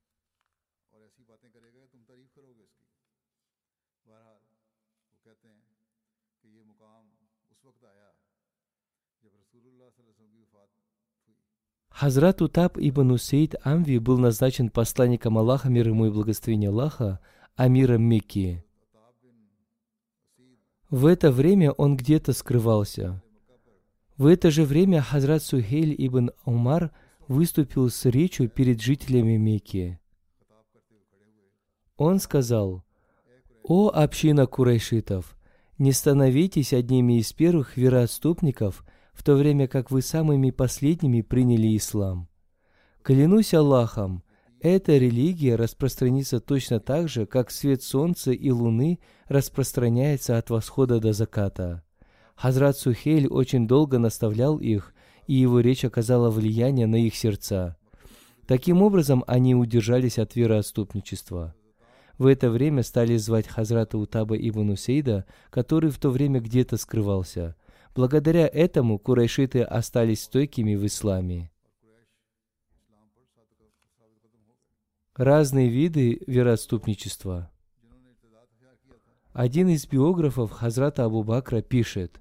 Хазрат Утаб ибн Усейд Амви был назначен посланником Аллаха, мир ему и благословение Аллаха, амиром Мекки. В это время он где-то скрывался. В это же время Хазрат Сухейль ибн Умар выступил с речью перед жителями Мекки. Он сказал: «О община курайшитов, не становитесь одними из первых вероотступников, в то время как вы самыми последними приняли ислам. Клянусь Аллахом, эта религия распространится точно так же, как свет солнца и луны распространяется от восхода до заката». Хазрат Сухейль очень долго наставлял их, и его речь оказала влияние на их сердца. Таким образом, они удержались от вероотступничества. В это время стали звать Хазрата Утаба ибн Усейда, который в то время где-то скрывался. Благодаря этому курайшиты остались стойкими в исламе. Разные виды вероотступничества. Один из биографов Хазрата Абу Бакра пишет: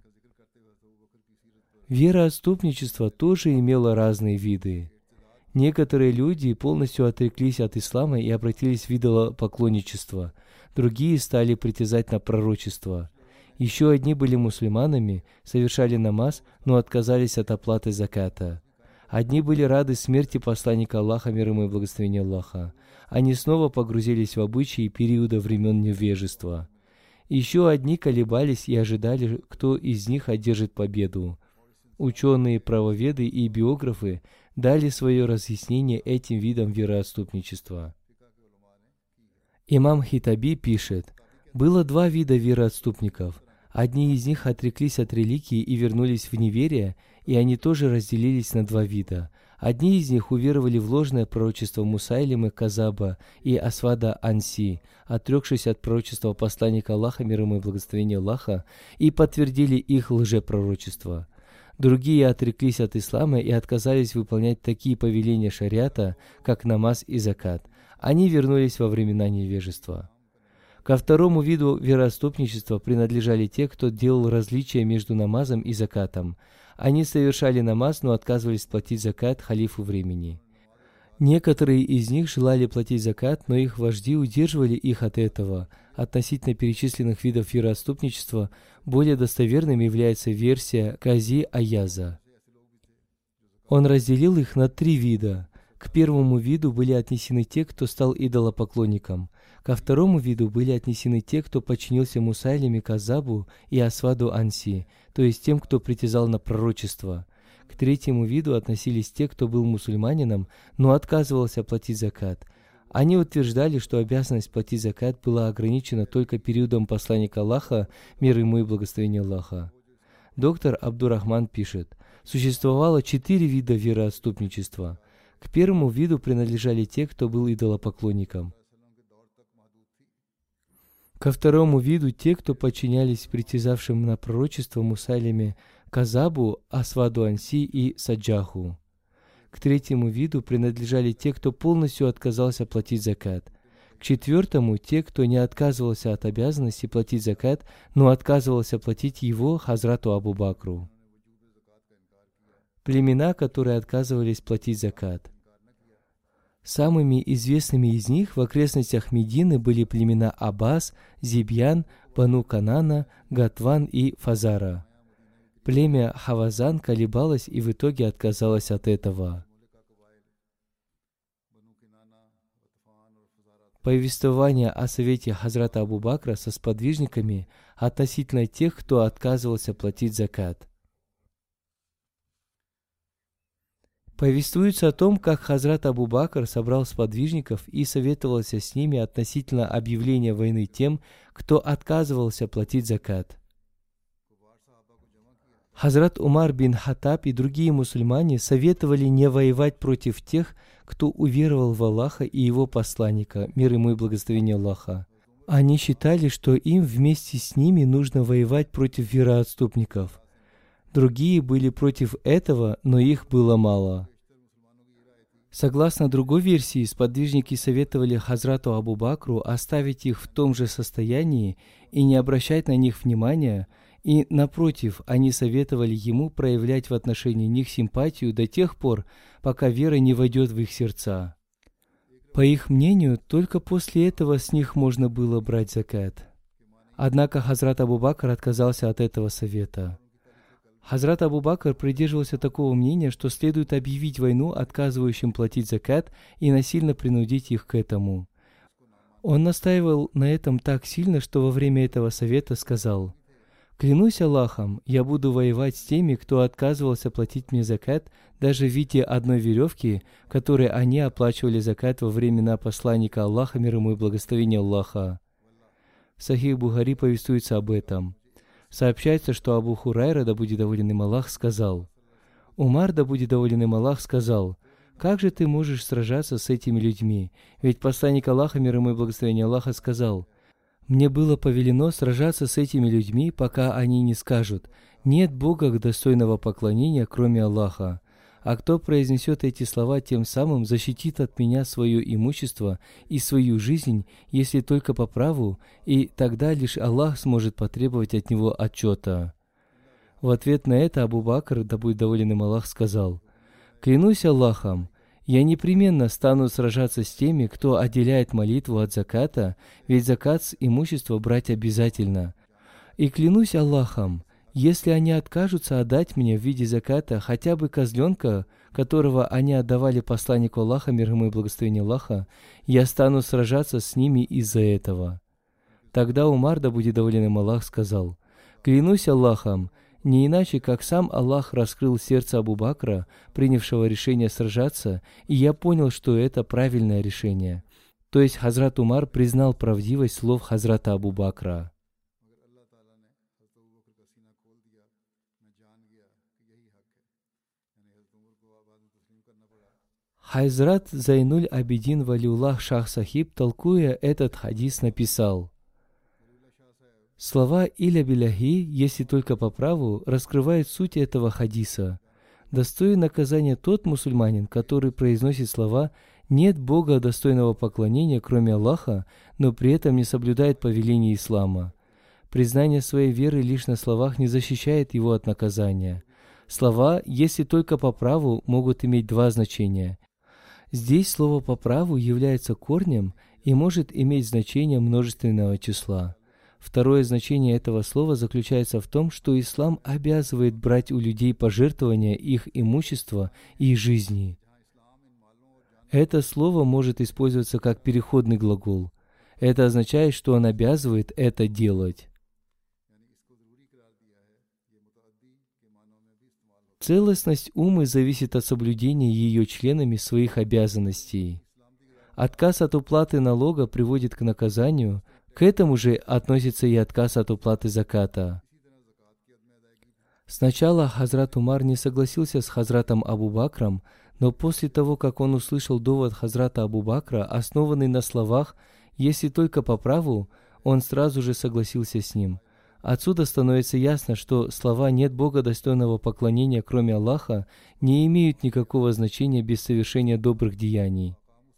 вероотступничество тоже имело разные виды. Некоторые люди полностью отреклись от ислама и обратились в идолопоклонничество, другие стали притязать на пророчество. Еще одни были мусульманами, совершали намаз, но отказались от оплаты заката. Одни были рады смерти посланника Аллаха, мир ему и благословение Аллаха. Они снова погрузились в обычаи периода времен невежества. Еще одни колебались и ожидали, кто из них одержит победу. Ученые, правоведы и биографы дали свое разъяснение этим видам вероотступничества. Имам Хитаби пишет: было два вида вероотступников. Одни из них отреклись от религии и вернулись в неверие, и они тоже разделились на два вида. Одни из них уверовали в ложное пророчество Мусайлимы Казаба и Асвада Анси, отрекшись от пророчества посланника Аллаха, мир ему и благословение Аллаха, и подтвердили их лжепророчество. Другие отреклись от ислама и отказались выполнять такие повеления шариата, как намаз и закат. Они вернулись во времена невежества. Ко второму виду вероотступничества принадлежали те, кто делал различия между намазом и закатом. Они совершали намаз, но отказывались платить закат халифу времени. Некоторые из них желали платить закат, но их вожди удерживали их от этого. Относительно перечисленных видов вероотступничества более достоверным является версия Кази Аяза. Он разделил их на три вида. К первому виду были отнесены те, кто стал идолопоклонником. Ко второму виду были отнесены те, кто подчинился Мусайлиме Казабу и Асваду Анси, то есть тем, кто притязал на пророчество. К третьему виду относились те, кто был мусульманином, но отказывался платить закат. Они утверждали, что обязанность платить закат была ограничена только периодом посланника Аллаха, мир ему и благословение Аллаха. Доктор Абдурахман пишет: существовало четыре вида вероотступничества. К первому виду принадлежали те, кто был идолопоклонником. Ко второму виду те, кто подчинялись притязавшим на пророчество Мусайлиме Казабу, Асваду Анси и Саджаху. К третьему виду принадлежали те, кто полностью отказался платить закат. К четвертому те, кто не отказывался от обязанности платить закат, но отказывался платить его Хазрату Абу Бакру. Племена, которые отказывались платить закат. Самыми известными из них в окрестностях Медины были племена Аббас, Зибьян, Бану Канана, Гатван и Фазара. Племя Хавазан колебалось и в итоге отказалось от этого. Повествование о совете Хазрата Абу Бакра со сподвижниками относительно тех, кто отказывался платить закат. Повествуется о том, как Хазрат Абу Бакр собрал сподвижников и советовался с ними относительно объявления войны тем, кто отказывался платить закат. Хазрат Умар бин Хаттаб и другие мусульмане советовали не воевать против тех, кто уверовал в Аллаха и Его посланника, мир ему и благословение Аллаха. Они считали, что им вместе с ними нужно воевать против вероотступников. Другие были против этого, но их было мало. Согласно другой версии, сподвижники советовали Хазрату Абу Бакру оставить их в том же состоянии и не обращать на них внимания, И, напротив, они советовали ему проявлять в отношении них симпатию до тех пор, пока вера не войдет в их сердца. По их мнению, только после этого с них можно было брать закат. Однако Хазрат Абу Бакр отказался от этого совета. Хазрат Абу Бакр придерживался такого мнения, что следует объявить войну отказывающим платить закат и насильно принудить их к этому. Он настаивал на этом так сильно, что во время этого совета сказал: «Клянусь Аллахом, я буду воевать с теми, кто отказывался платить мне закат, даже в виде одной веревки, которой они оплачивали закат во времена посланника Аллаха, мир ему и благословения Аллаха». В Сахих Бухари повествуется об этом. Сообщается, что Абу Хурайра, да будет доволен им Аллах, сказал: «Умар, да будет доволен им Аллах, сказал: как же ты можешь сражаться с этими людьми? Ведь посланник Аллаха, мир ему и благословение Аллаха, сказал: мне было повелено сражаться с этими людьми, пока они не скажут: нет Бога достойного поклонения, кроме Аллаха. А кто произнесет эти слова, тем самым защитит от меня свое имущество и свою жизнь, если только по праву, и тогда лишь Аллах сможет потребовать от него отчета». В ответ на это Абу Бакр, да будет доволен им Аллах, сказал: «Клянусь Аллахом, я непременно стану сражаться с теми, кто отделяет молитву от заката, ведь закат с имущества брать обязательно. И клянусь Аллахом, если они откажутся отдать мне в виде заката хотя бы козленка, которого они отдавали посланнику Аллаха, мир ему и благословение Аллаха, я стану сражаться с ними из-за этого». Тогда Умар, да будет доволен им Аллах, сказал: «Клянусь Аллахом, не иначе, как сам Аллах раскрыл сердце Абу Бакра, принявшего решение сражаться, и я понял, что это правильное решение». То есть Хазрат Умар признал правдивость слов Хазрата Абу Бакра. Хазрат Зайнуль Абидин Валиуллах Шах Сахиб, толкуя этот хадис, написал: слова «Иля биляхи», если только по праву, раскрывают суть этого хадиса. Достоин наказания тот мусульманин, который произносит слова «нет Бога достойного поклонения, кроме Аллаха», но при этом не соблюдает повеление ислама. Признание своей веры лишь на словах не защищает его от наказания. Слова, если только по праву, могут иметь два значения. Здесь слово «по праву» является корнем и может иметь значение множественного числа. Второе значение этого слова заключается в том, что ислам обязывает брать у людей пожертвования их имущества и жизни. Это слово может использоваться как переходный глагол. Это означает, что он обязывает это делать. Целостность уммы зависит от соблюдения ее членами своих обязанностей. Отказ от уплаты налога приводит к наказанию, к этому же относится и отказ от уплаты заката. Сначала Хазрат Умар не согласился с Хазратом Абу Бакром, но после того, как он услышал довод Хазрата Абу Бакра, основанный на словах «если только по праву», он сразу же согласился с ним. Отсюда становится ясно, что слова «нет Бога достойного поклонения, кроме Аллаха» не имеют никакого значения без совершения добрых деяний.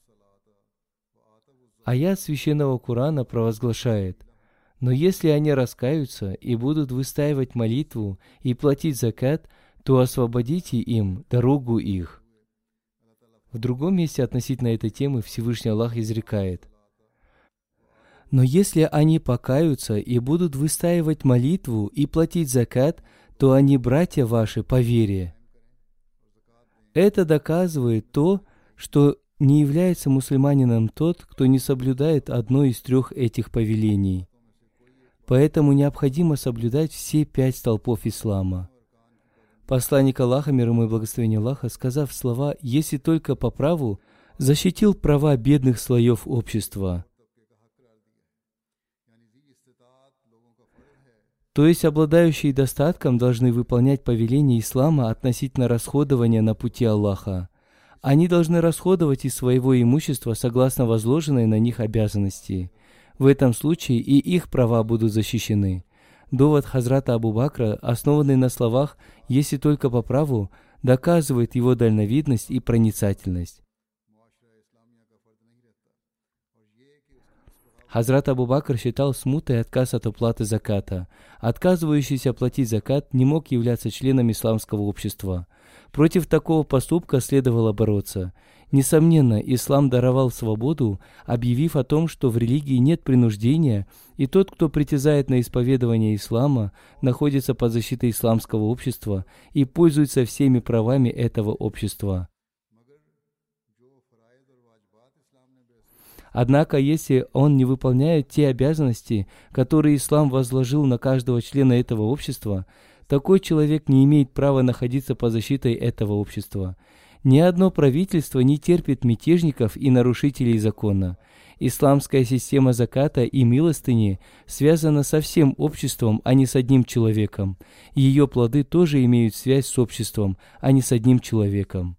Аят Священного Корана провозглашает: «Но если они раскаются и будут выстаивать молитву и платить закат, то освободите им дорогу их». В другом месте относительно этой темы Всевышний Аллах изрекает: «Но если они покаются и будут выстаивать молитву и платить закат, то они братья ваши по вере». Это доказывает то, что не является мусульманином тот, кто не соблюдает одно из трех этих повелений. Поэтому необходимо соблюдать все пять столпов ислама. Посланник Аллаха, мир ему и благословение Аллаха, сказав слова «если только по праву», защитил права бедных слоев общества. То есть обладающие достатком должны выполнять повеления ислама относительно расходования на пути Аллаха. Они должны расходовать из своего имущества согласно возложенной на них обязанности. В этом случае и их права будут защищены. Довод Хазрата Абу Бакра, основанный на словах «если только по праву», доказывает его дальновидность и проницательность. Хазрат Абу Бакр считал смутой отказ от уплаты заката. Отказывающийся платить закат не мог являться членом исламского общества. Против такого поступка следовало бороться. Несомненно, ислам даровал свободу, объявив о том, что в религии нет принуждения, и тот, кто притязает на исповедование ислама, находится под защитой исламского общества и пользуется всеми правами этого общества. Однако, если он не выполняет те обязанности, которые ислам возложил на каждого члена этого общества, такой человек не имеет права находиться под защитой этого общества. Ни одно правительство не терпит мятежников и нарушителей закона. Исламская система заката и милостыни связана со всем обществом, а не с одним человеком. Ее плоды тоже имеют связь с обществом, а не с одним человеком.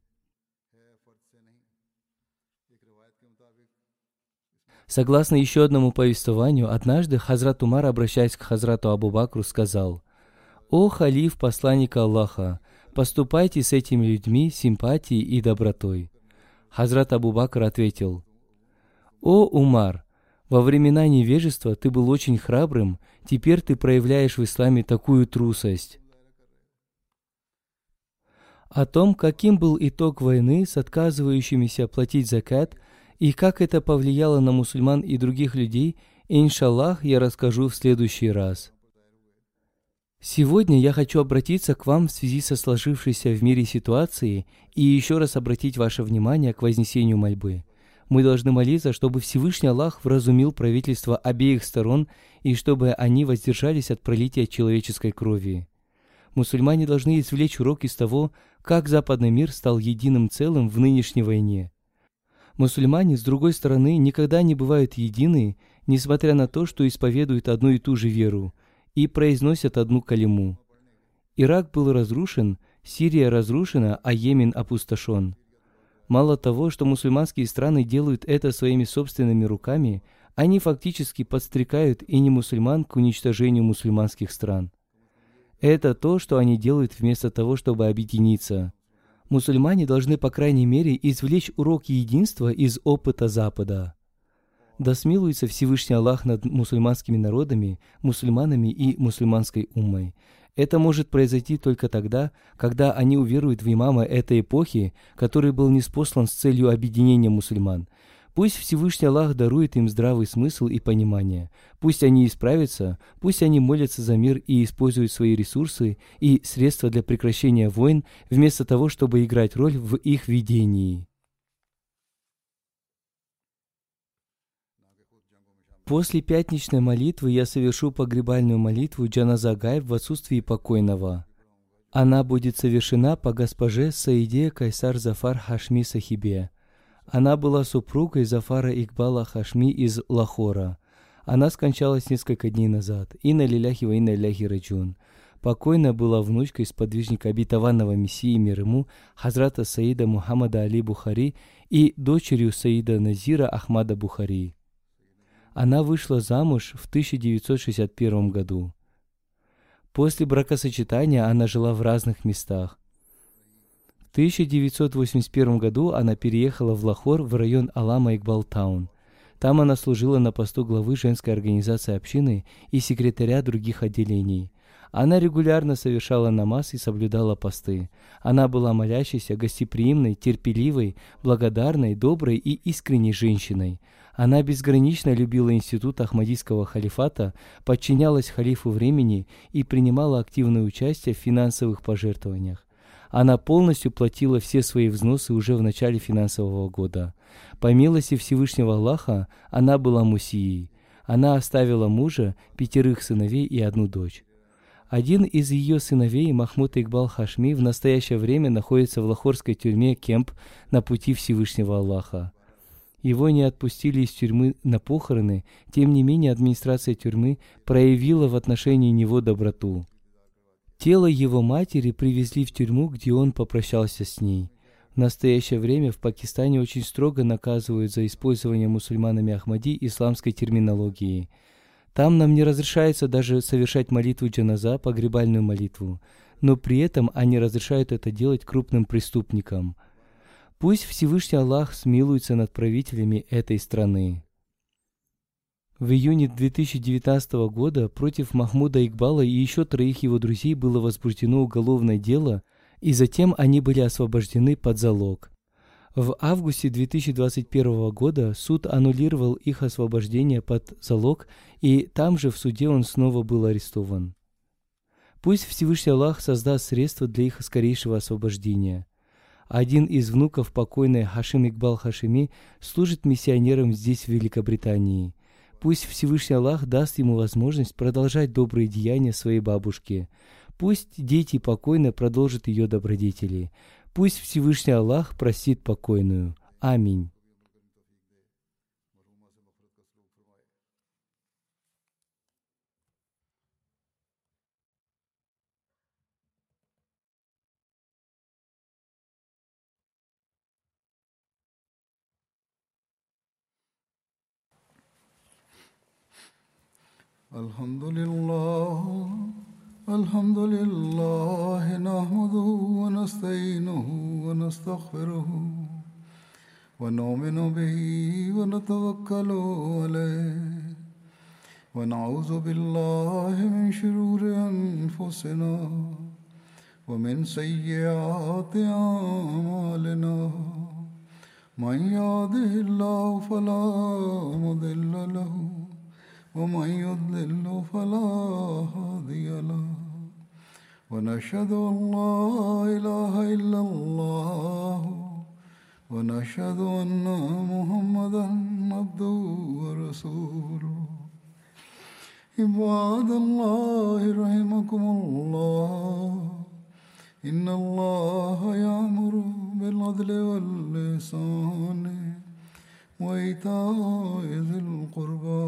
Согласно еще одному повествованию, однажды Хазрат Умар, обращаясь к Хазрату Абу Бакру, сказал: «О халиф посланника Аллаха, поступайте с этими людьми симпатией и добротой». Хазрат Абу Бакр ответил: «О Умар, во времена невежества ты был очень храбрым, теперь ты проявляешь в исламе такую трусость». О том, каким был итог войны с отказывающимися платить закат, и как это повлияло на мусульман и других людей, иншаллах, я расскажу в следующий раз. Сегодня я хочу обратиться к вам в связи со сложившейся в мире ситуацией и еще раз обратить ваше внимание к вознесению мольбы. Мы должны молиться, чтобы Всевышний Аллах вразумил правительства обеих сторон и чтобы они воздержались от пролития человеческой крови. Мусульмане должны извлечь урок из того, как западный мир стал единым целым в нынешней войне. Мусульмане, с другой стороны, никогда не бывают едины, несмотря на то, что исповедуют одну и ту же веру и произносят одну калиму. Ирак был разрушен, Сирия разрушена, а Йемен опустошен. Мало того, что мусульманские страны делают это своими собственными руками, они фактически подстрекают и не мусульман к уничтожению мусульманских стран. Это то, что они делают вместо того, чтобы объединиться. Мусульмане должны, по крайней мере, извлечь урок единства из опыта Запада. Да смилуется Всевышний Аллах над мусульманскими народами, мусульманами и мусульманской уммой. Это может произойти только тогда, когда они уверуют в имама этой эпохи, который был ниспослан с целью объединения мусульман. Пусть Всевышний Аллах дарует им здравый смысл и понимание. Пусть они исправятся, пусть они молятся за мир и используют свои ресурсы и средства для прекращения войн, вместо того, чтобы играть роль в их ведении. После пятничной молитвы я совершу погребальную молитву джаназа гайб в отсутствии покойного. Она будет совершена по госпоже Саиде Кайсар Зафар Хашми Сахибе. Она была супругой Зафара Игбала Хашми из Лахора. Она скончалась несколько дней назад. Инна лиляхи ва инна иляйхи раджиун. Покойная была внучкой сподвижника обетованного Мессии мир ему Хазрата Саида Мухаммада Али Бухари и дочерью Саида Назира Ахмада Бухари. Она вышла замуж в тысяча девятьсот шестьдесят первом году. После бракосочетания она жила в разных местах. В тысяча девятьсот восемьдесят первом году она переехала в Лахор, в район Алама Игбал Таун. Там она служила на посту главы женской организации общины и секретаря других отделений. Она регулярно совершала намаз и соблюдала посты. Она была молящейся, гостеприимной, терпеливой, благодарной, доброй и искренней женщиной. Она безгранично любила институт Ахмадийского халифата, подчинялась халифу времени и принимала активное участие в финансовых пожертвованиях. Она полностью платила все свои взносы уже в начале финансового года. По милости Всевышнего Аллаха, она была мусией. Она оставила мужа, пятерых сыновей и одну дочь. Один из ее сыновей, Махмуд Игбал Хашми, в настоящее время находится в лахорской тюрьме Кемп на пути Всевышнего Аллаха. Его не отпустили из тюрьмы на похороны, тем не менее администрация тюрьмы проявила в отношении него доброту. Тело его матери привезли в тюрьму, где он попрощался с ней. В настоящее время в Пакистане очень строго наказывают за использование мусульманами Ахмади исламской терминологии. Там нам не разрешается даже совершать молитву джаназа, погребальную молитву, но при этом они разрешают это делать крупным преступникам. Пусть Всевышний Аллах смилуется над правителями этой страны. В июне две тысячи девятнадцатого года против Махмуда Игбала и еще троих его друзей было возбуждено уголовное дело, и затем они были освобождены под залог. В августе две тысячи двадцать первого года суд аннулировал их освобождение под залог, и там же в суде он снова был арестован. Пусть Всевышний Аллах создаст средства для их скорейшего освобождения. Один из внуков покойной Хашим Игбал Хашими служит миссионером здесь, в Великобритании. Пусть Всевышний Аллах даст ему возможность продолжать добрые деяния своей бабушки. Пусть дети покойной продолжат ее добродетели. Пусть Всевышний Аллах простит покойную. Аминь. Alhamdulillah, alhamdulillah, nahmaduhu wa nasta'inuhu wa nastaghfiruhu wa nu'minu bihi wa natawakkalu alayhi wa na'udhu billahi min shururi anfusina wa min sayyiati a'malina. Man yahdihillahu fala mudilla lahu ومن يضلل فلا هادي له ونشهد أن لا إله إلا الله ونشهد أن محمدا عبده ورسوله عباد الله رحمكم الله إن الله يأمر بالعدل والإحسان وإيتاء ذي القربى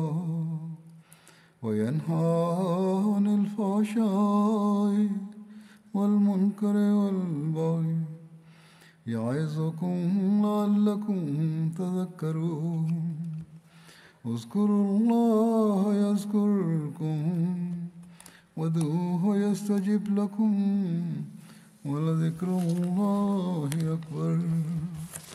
وينهى عن الفحشاء والمنكر والبغي يعظكم لعلكم تذكرون اذكروا الله يذكركم وادعوه يستجب لكم ولذكر الله أكبر.